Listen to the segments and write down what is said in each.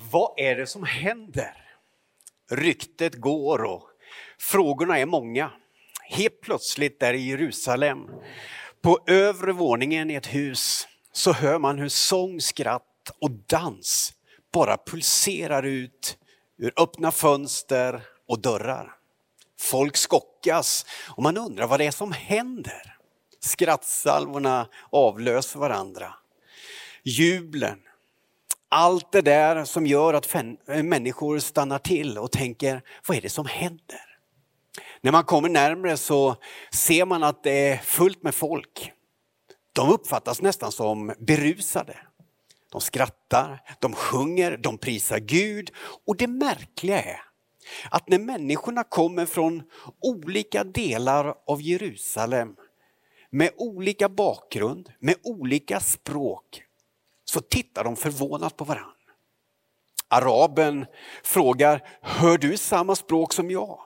Vad är det som händer? Ryktet går och frågorna är många. Helt plötsligt där i Jerusalem, på övre våningen i ett hus, så hör man hur sång, skratt och dans bara pulserar ut ur öppna fönster och dörrar. Folk skockas och man undrar vad det är som händer. Skrattsalvorna avlöser varandra. Jublen. Allt det där som gör att människor stannar till och tänker, vad är det som händer? När man kommer närmare så ser man att det är fullt med folk. De uppfattas nästan som berusade. De skrattar, de sjunger, de prisar Gud. Och det märkliga är att när människorna kommer från olika delar av Jerusalem, med olika bakgrund, med olika språk, så tittar de förvånat på varandra. Araben frågar, hör du samma språk som jag?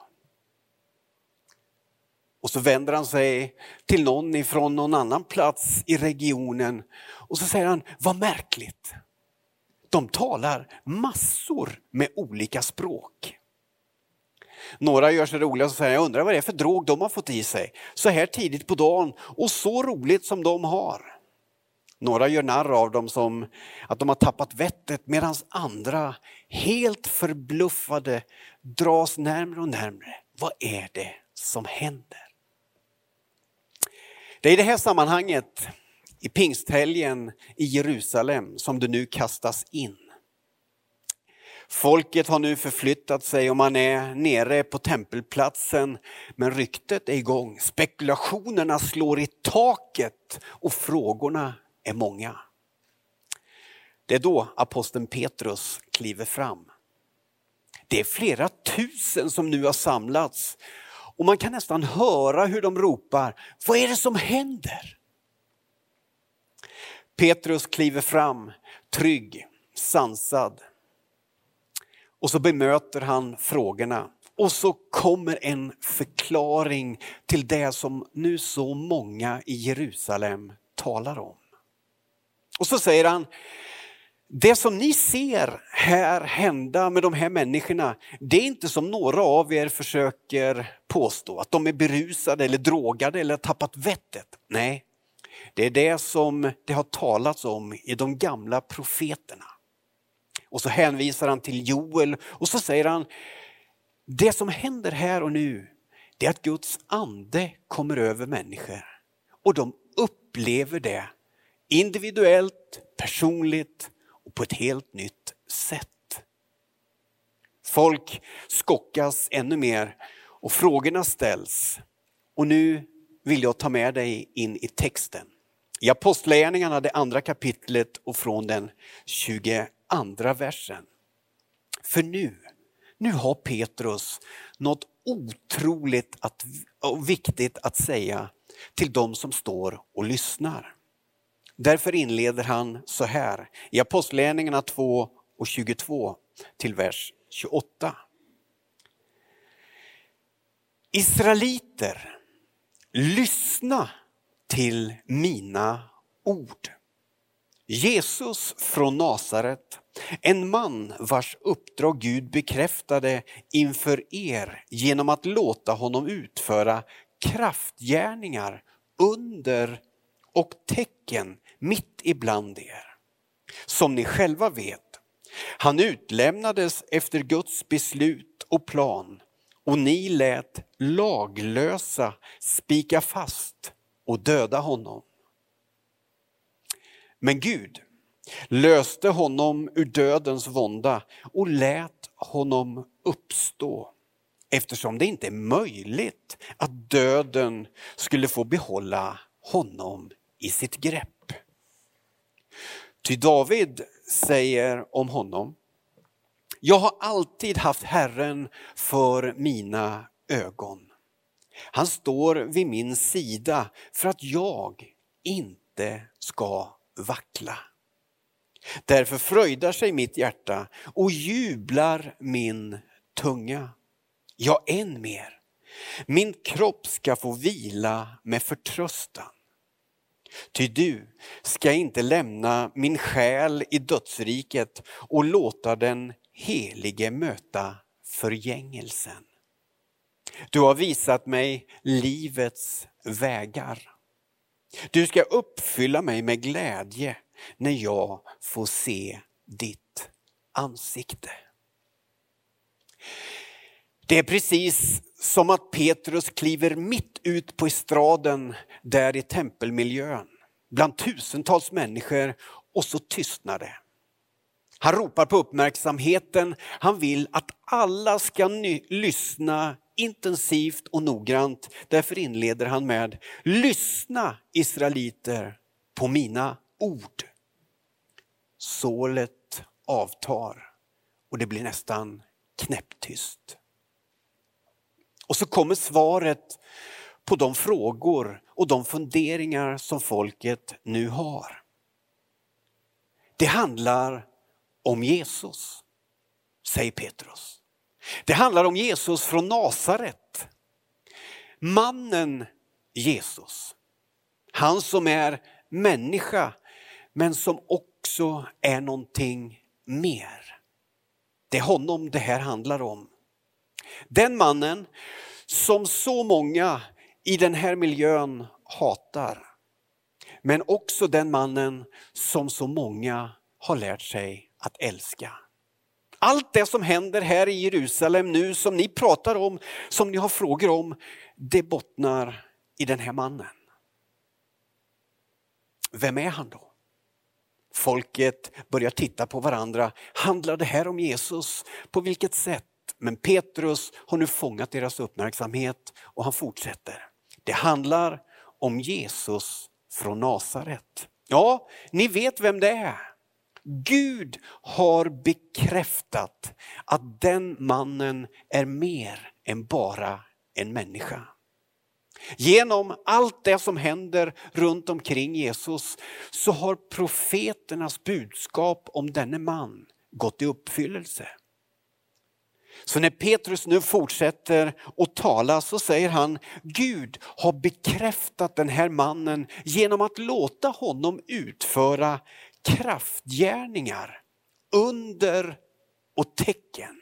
Och så vänder han sig till någon ifrån någon annan plats i regionen och så säger han, vad märkligt. De talar massor med olika språk. Några gör sig roliga och säger, jag undrar vad det är för drog de har fått i sig. Så här tidigt på dagen och så roligt som de har. Några gör narr av dem som att de har tappat vettet, medan andra helt förbluffade dras närmare och närmare. Vad är det som händer? Det är i det här sammanhanget, i pingsthelgen i Jerusalem, som det nu kastas in. Folket har nu förflyttat sig och man är nere på tempelplatsen, men ryktet är igång. Spekulationerna slår i taket och frågorna är många. Det är då aposteln Petrus kliver fram. Det är flera tusen som nu har samlats och man kan nästan höra hur de ropar, vad är det som händer? Petrus kliver fram, trygg, sansad. Och så bemöter han frågorna. Och så kommer en förklaring till det som nu så många i Jerusalem talar om. Och så säger han, det som ni ser här hända med de här människorna, det är inte som några av er försöker påstå, att de är berusade eller drogade eller tappat vettet. Nej, det är det som det har talats om i de gamla profeterna. Och så hänvisar han till Joel och så säger han, det som händer här och nu, det är att Guds ande kommer över människor. Och de upplever det individuellt, personligt och på ett helt nytt sätt. Folk skockas ännu mer och frågorna ställs. Och nu vill jag ta med dig in i texten. I Apostlagärningarna, det andra kapitlet och från den 22 versen. För nu har Petrus något otroligt och viktigt att säga till de som står och lyssnar. Därför inleder han så här i Apostlagärningarna 2 och 22 till vers 28. Israeliter, lyssna till mina ord. Jesus från Nasaret, en man vars uppdrag Gud bekräftade inför er genom att låta honom utföra kraftgärningar, under och tecken mitt ibland er. Som ni själva vet, han utlämnades efter Guds beslut och plan och ni lät laglösa spika fast och döda honom. Men Gud löste honom ur dödens vånda och lät honom uppstå, eftersom det inte är möjligt att döden skulle få behålla honom i sitt grepp. Ty David säger om honom, jag har alltid haft Herren för mina ögon. Han står vid min sida för att jag inte ska vackla. Därför fröjdar sig mitt hjärta och jublar min tunga. Ja, än mer. Min kropp ska få vila med förtröstan. Ty du ska inte lämna min själ i dödsriket och låta den helige möta förgängelsen. Du har visat mig livets vägar. Du ska uppfylla mig med glädje när jag får se ditt ansikte. Det är precis som att Petrus kliver mitt ut på estraden där i tempelmiljön, bland tusentals människor, och så tystnar det. Han ropar på uppmärksamheten, han vill att alla ska lyssna intensivt och noggrant. Därför inleder han med: lyssna israeliter på mina ord. Sålet avtar och det blir nästan knäpptyst. Och så kommer svaret på de frågor och de funderingar som folket nu har. Det handlar om Jesus, säger Petrus. Det handlar om Jesus från Nasaret. Mannen Jesus. Han som är människa men som också är någonting mer. Det är honom det här handlar om. Den mannen som så många i den här miljön hatar. Men också den mannen som så många har lärt sig att älska. Allt det som händer här i Jerusalem nu, som ni pratar om, som ni har frågor om, det bottnar i den här mannen. Vem är han då? Folket börjar titta på varandra. Handlar det här om Jesus? På vilket sätt? Men Petrus har nu fångat deras uppmärksamhet och han fortsätter. Det handlar om Jesus från Nasaret. Ja, ni vet vem det är. Gud har bekräftat att den mannen är mer än bara en människa. Genom allt det som händer runt omkring Jesus så har profeternas budskap om denne man gått i uppfyllelse. Så när Petrus nu fortsätter att tala så säger han: Gud har bekräftat den här mannen genom att låta honom utföra kraftgärningar, under och tecken.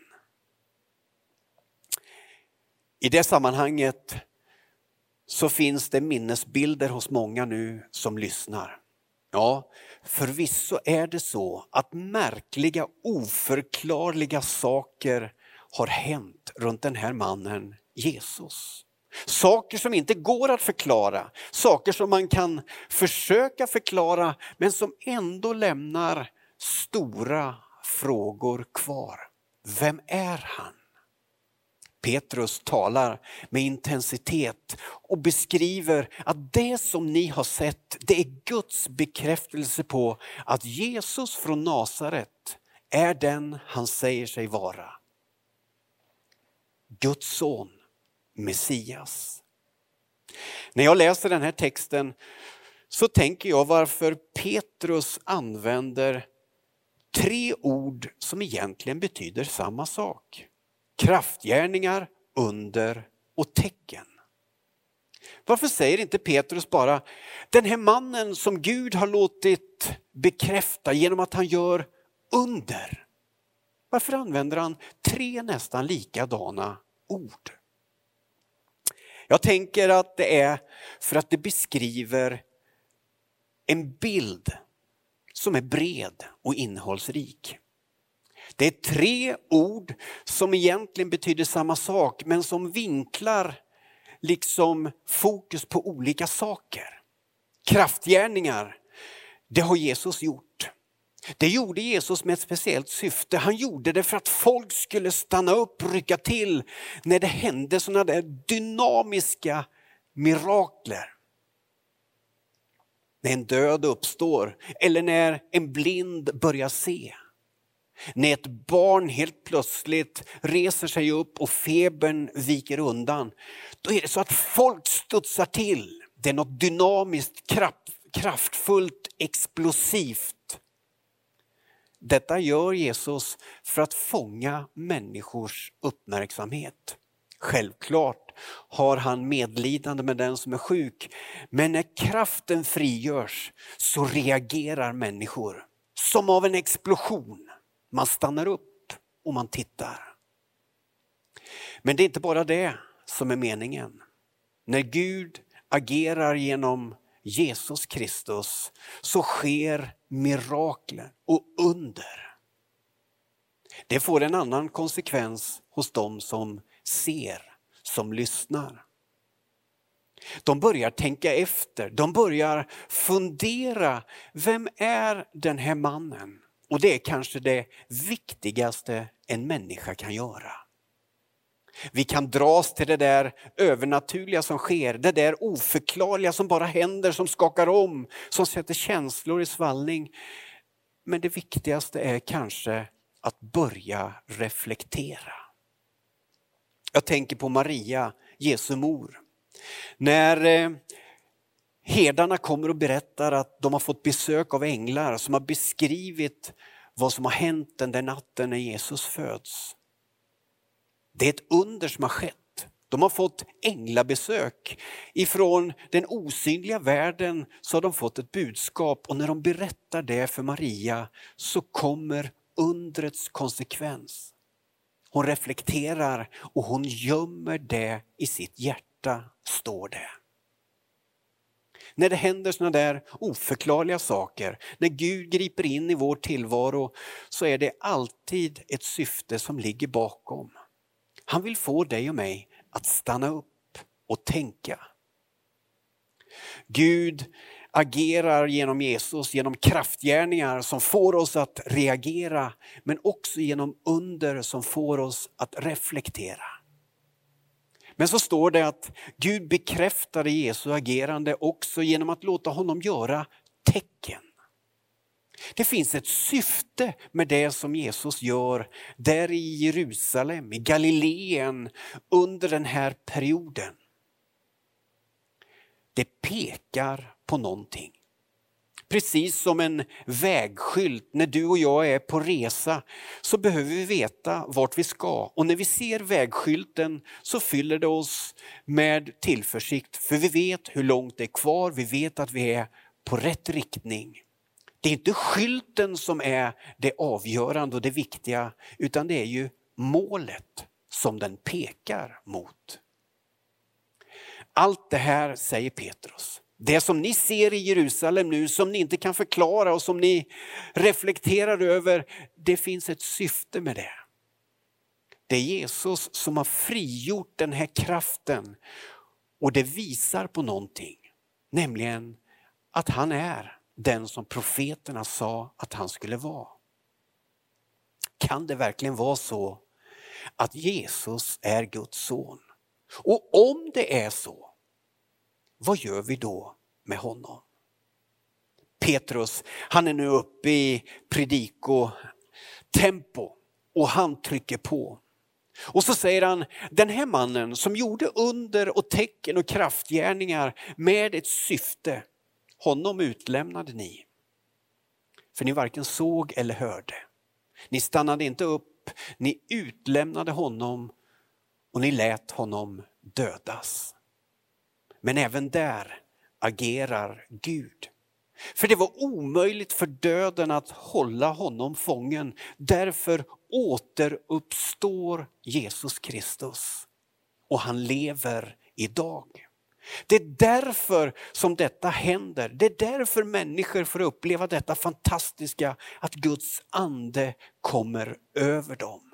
I det sammanhanget så finns det minnesbilder hos många nu som lyssnar. Ja, förvisso är det så att märkliga, oförklarliga saker har hänt runt den här mannen Jesus. Saker som inte går att förklara, saker som man kan försöka förklara men som ändå lämnar stora frågor kvar. Vem är han? Petrus talar med intensitet och beskriver att det som ni har sett, det är Guds bekräftelse på att Jesus från Nasaret är den han säger sig vara. Guds son, Messias. När jag läser den här texten så tänker jag varför Petrus använder 3 ord som egentligen betyder samma sak. Kraftgärningar, under och tecken. Varför säger inte Petrus bara den här mannen som Gud har låtit bekräfta genom att han gör under? Varför använder han 3 nästan likadana ord? Jag tänker att det är för att det beskriver en bild som är bred och innehållsrik. Det är 3 ord som egentligen betyder samma sak men som vinklar liksom fokus på olika saker. Kraftgärningar, det har Jesus gjort. Det gjorde Jesus med ett speciellt syfte. Han gjorde det för att folk skulle stanna upp och rycka till när det hände sådana där dynamiska mirakler. När en död uppstår eller när en blind börjar se. När ett barn helt plötsligt reser sig upp och febern viker undan. Då är det så att folk studsar till. Det är något dynamiskt, kraftfullt, explosivt. Detta gör Jesus för att fånga människors uppmärksamhet. Självklart har han medlidande med den som är sjuk. Men när kraften frigörs så reagerar människor som av en explosion. Man stannar upp och man tittar. Men det är inte bara det som är meningen. När Gud agerar genom Jesus Kristus så sker mirakler och under. Det får en annan konsekvens hos dem som ser, som lyssnar. De börjar tänka efter, de börjar fundera, vem är den här mannen? Och det är kanske det viktigaste en människa kan göra. Vi kan dras till det där övernaturliga som sker, det där oförklarliga som bara händer, som skakar om, som sätter känslor i svallning. Men det viktigaste är kanske att börja reflektera. Jag tänker på Maria, Jesu mor. När herdarna kommer och berättar att de har fått besök av änglar som har beskrivit vad som har hänt den där natten när Jesus föds. Det är ett under som har skett. De har fått änglabesök. Ifrån den osynliga världen så har de fått ett budskap. Och när de berättar det för Maria så kommer undrets konsekvens. Hon reflekterar och hon gömmer det i sitt hjärta, står det. När det händer såna där oförklarliga saker, när Gud griper in i vår tillvaro, så är det alltid ett syfte som ligger bakom. Han vill få dig och mig att stanna upp och tänka. Gud agerar genom Jesus, genom kraftgärningar som får oss att reagera, men också genom under som får oss att reflektera. Men så står det att Gud bekräftade Jesu agerande också genom att låta honom göra tecken. Det finns ett syfte med det som Jesus gör där i Jerusalem, i Galileen under den här perioden. Det pekar på någonting. Precis som en vägskylt, när du och jag är på resa så behöver vi veta vart vi ska. Och när vi ser vägskylten så fyller det oss med tillförsikt. För vi vet hur långt det är kvar, vi vet att vi är på rätt riktning. Det är inte skylten som är det avgörande och det viktiga, utan det är ju målet som den pekar mot. Allt det här säger Petrus. Det som ni ser i Jerusalem nu, som ni inte kan förklara och som ni reflekterar över, det finns ett syfte med det. Det är Jesus som har frigjort den här kraften och det visar på någonting, nämligen att han är den som profeterna sa att han skulle vara. Kan det verkligen vara så att Jesus är Guds son? Och om det är så, vad gör vi då med honom? Petrus, han är nu uppe i predikotempo och han trycker på. Och så säger han, den här mannen som gjorde under och tecken och kraftgärningar med ett syfte, honom utlämnade ni. För ni varken såg eller hörde. Ni stannade inte upp, ni utlämnade honom och ni lät honom dödas. Men även där agerar Gud. För det var omöjligt för döden att hålla honom fången. Därför återuppstår Jesus Kristus. Och han lever idag. Det är därför som detta händer. Det är därför människor får uppleva detta fantastiska att Guds ande kommer över dem.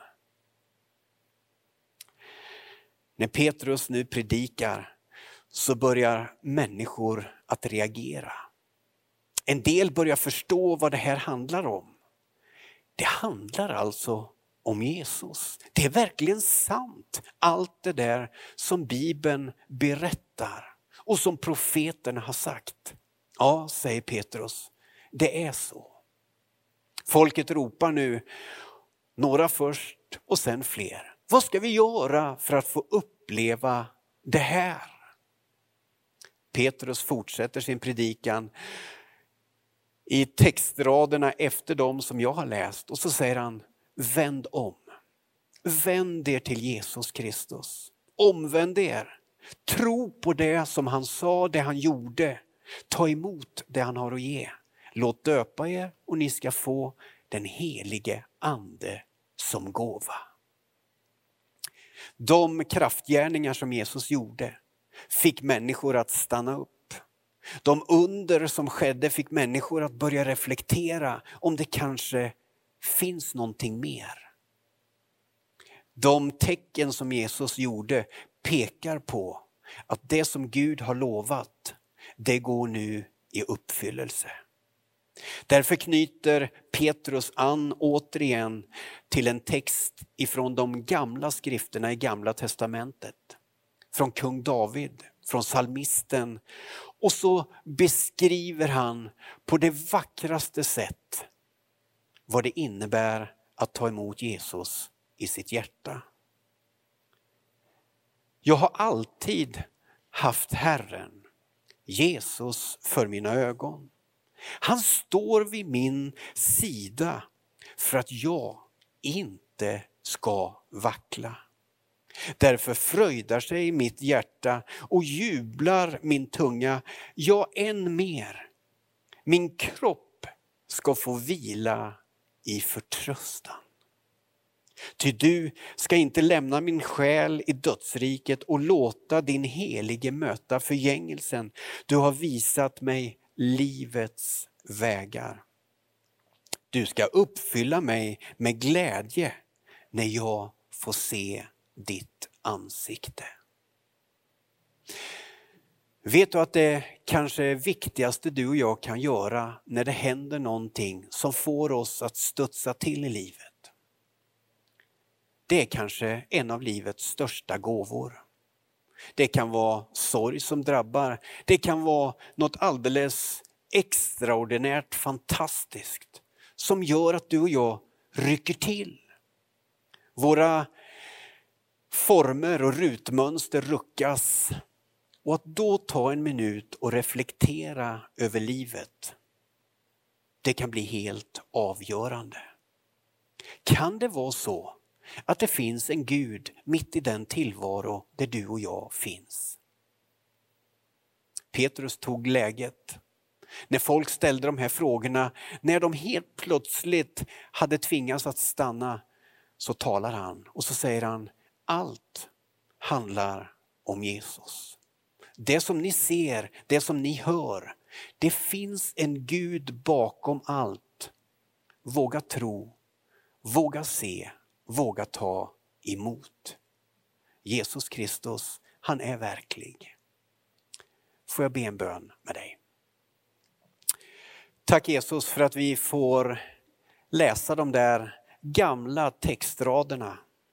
När Petrus nu predikar så börjar människor att reagera. En del börjar förstå vad det här handlar om. Det handlar alltså om Jesus. Det är verkligen sant, allt det där som Bibeln berättar och som profeterna har sagt. Ja, säger Petrus, det är så. Folket ropar nu, några först och sen fler. Vad ska vi göra för att få uppleva det här? Petrus fortsätter sin predikan i textraderna efter dem som jag har läst. Och så säger han, vänd om. Vänd er till Jesus Kristus Omvänd er. Tro på det som han sa, det han gjorde. Ta emot det han har att ge. Låt döpa er och ni ska få den helige ande som gåva. De kraftgärningar som Jesus gjorde fick människor att stanna upp. De under som skedde fick människor att börja reflektera om det kanske finns någonting mer. De tecken som Jesus gjorde pekar på att det som Gud har lovat, det går nu i uppfyllelse. Därför knyter Petrus an återigen till en text ifrån de gamla skrifterna i Gamla testamentet. Från kung David, från psalmisten. Och så beskriver han på det vackraste sätt vad det innebär att ta emot Jesus i sitt hjärta. Jag har alltid haft Herren, Jesus, för mina ögon. Han står vid min sida för att jag inte ska vackla. Därför fröjdar sig mitt hjärta och jublar min tunga. Ja, än mer. Min kropp ska få vila i förtröstan. Ty du ska inte lämna min själ i dödsriket och låta din helige möta förgängelsen. Du har visat mig livets vägar. Du ska uppfylla mig med glädje när jag får se ditt ansikte. Vet du att det kanske viktigaste du och jag kan göra när det händer någonting som får oss att studsa till i livet? Det är kanske en av livets största gåvor. Det kan vara sorg som drabbar. Det kan vara något alldeles extraordinärt fantastiskt som gör att du och jag rycker till. Våra former och rutmönster ruckas. Och att då ta en minut och reflektera över livet, det kan bli helt avgörande. Kan det vara så att det finns en Gud mitt i den tillvaro där du och jag finns? Petrus tog läget. När folk ställde de här frågorna, när de helt plötsligt hade tvingats att stanna, så talar han och så säger han: allt handlar om Jesus. Det som ni ser, det som ni hör, det finns en Gud bakom allt. Våga tro, våga se, våga ta emot. Jesus Kristus, han är verklig. Får jag be en bön med dig? Tack Jesus för att vi får läsa de där gamla textraderna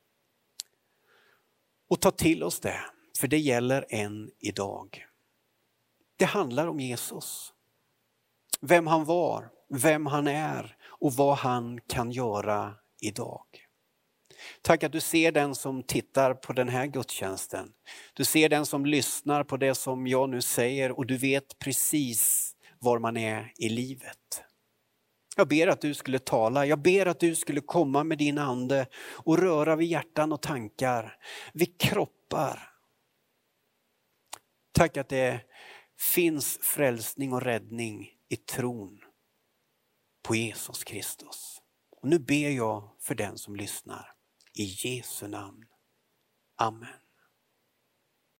och ta till oss det, för det gäller än idag. Det handlar om Jesus. Vem han var, vem han är och vad han kan göra idag. Tack att du ser den som tittar på den här gudstjänsten. Du ser den som lyssnar på det som jag nu säger och du vet precis var man är i livet. Jag ber att du skulle tala, jag ber att du skulle komma med din ande och röra vid hjärtan och tankar, vid kroppar. Tack att det finns frälsning och räddning i tron på Jesus Kristus. Och nu ber jag för den som lyssnar. I Jesu namn. Amen.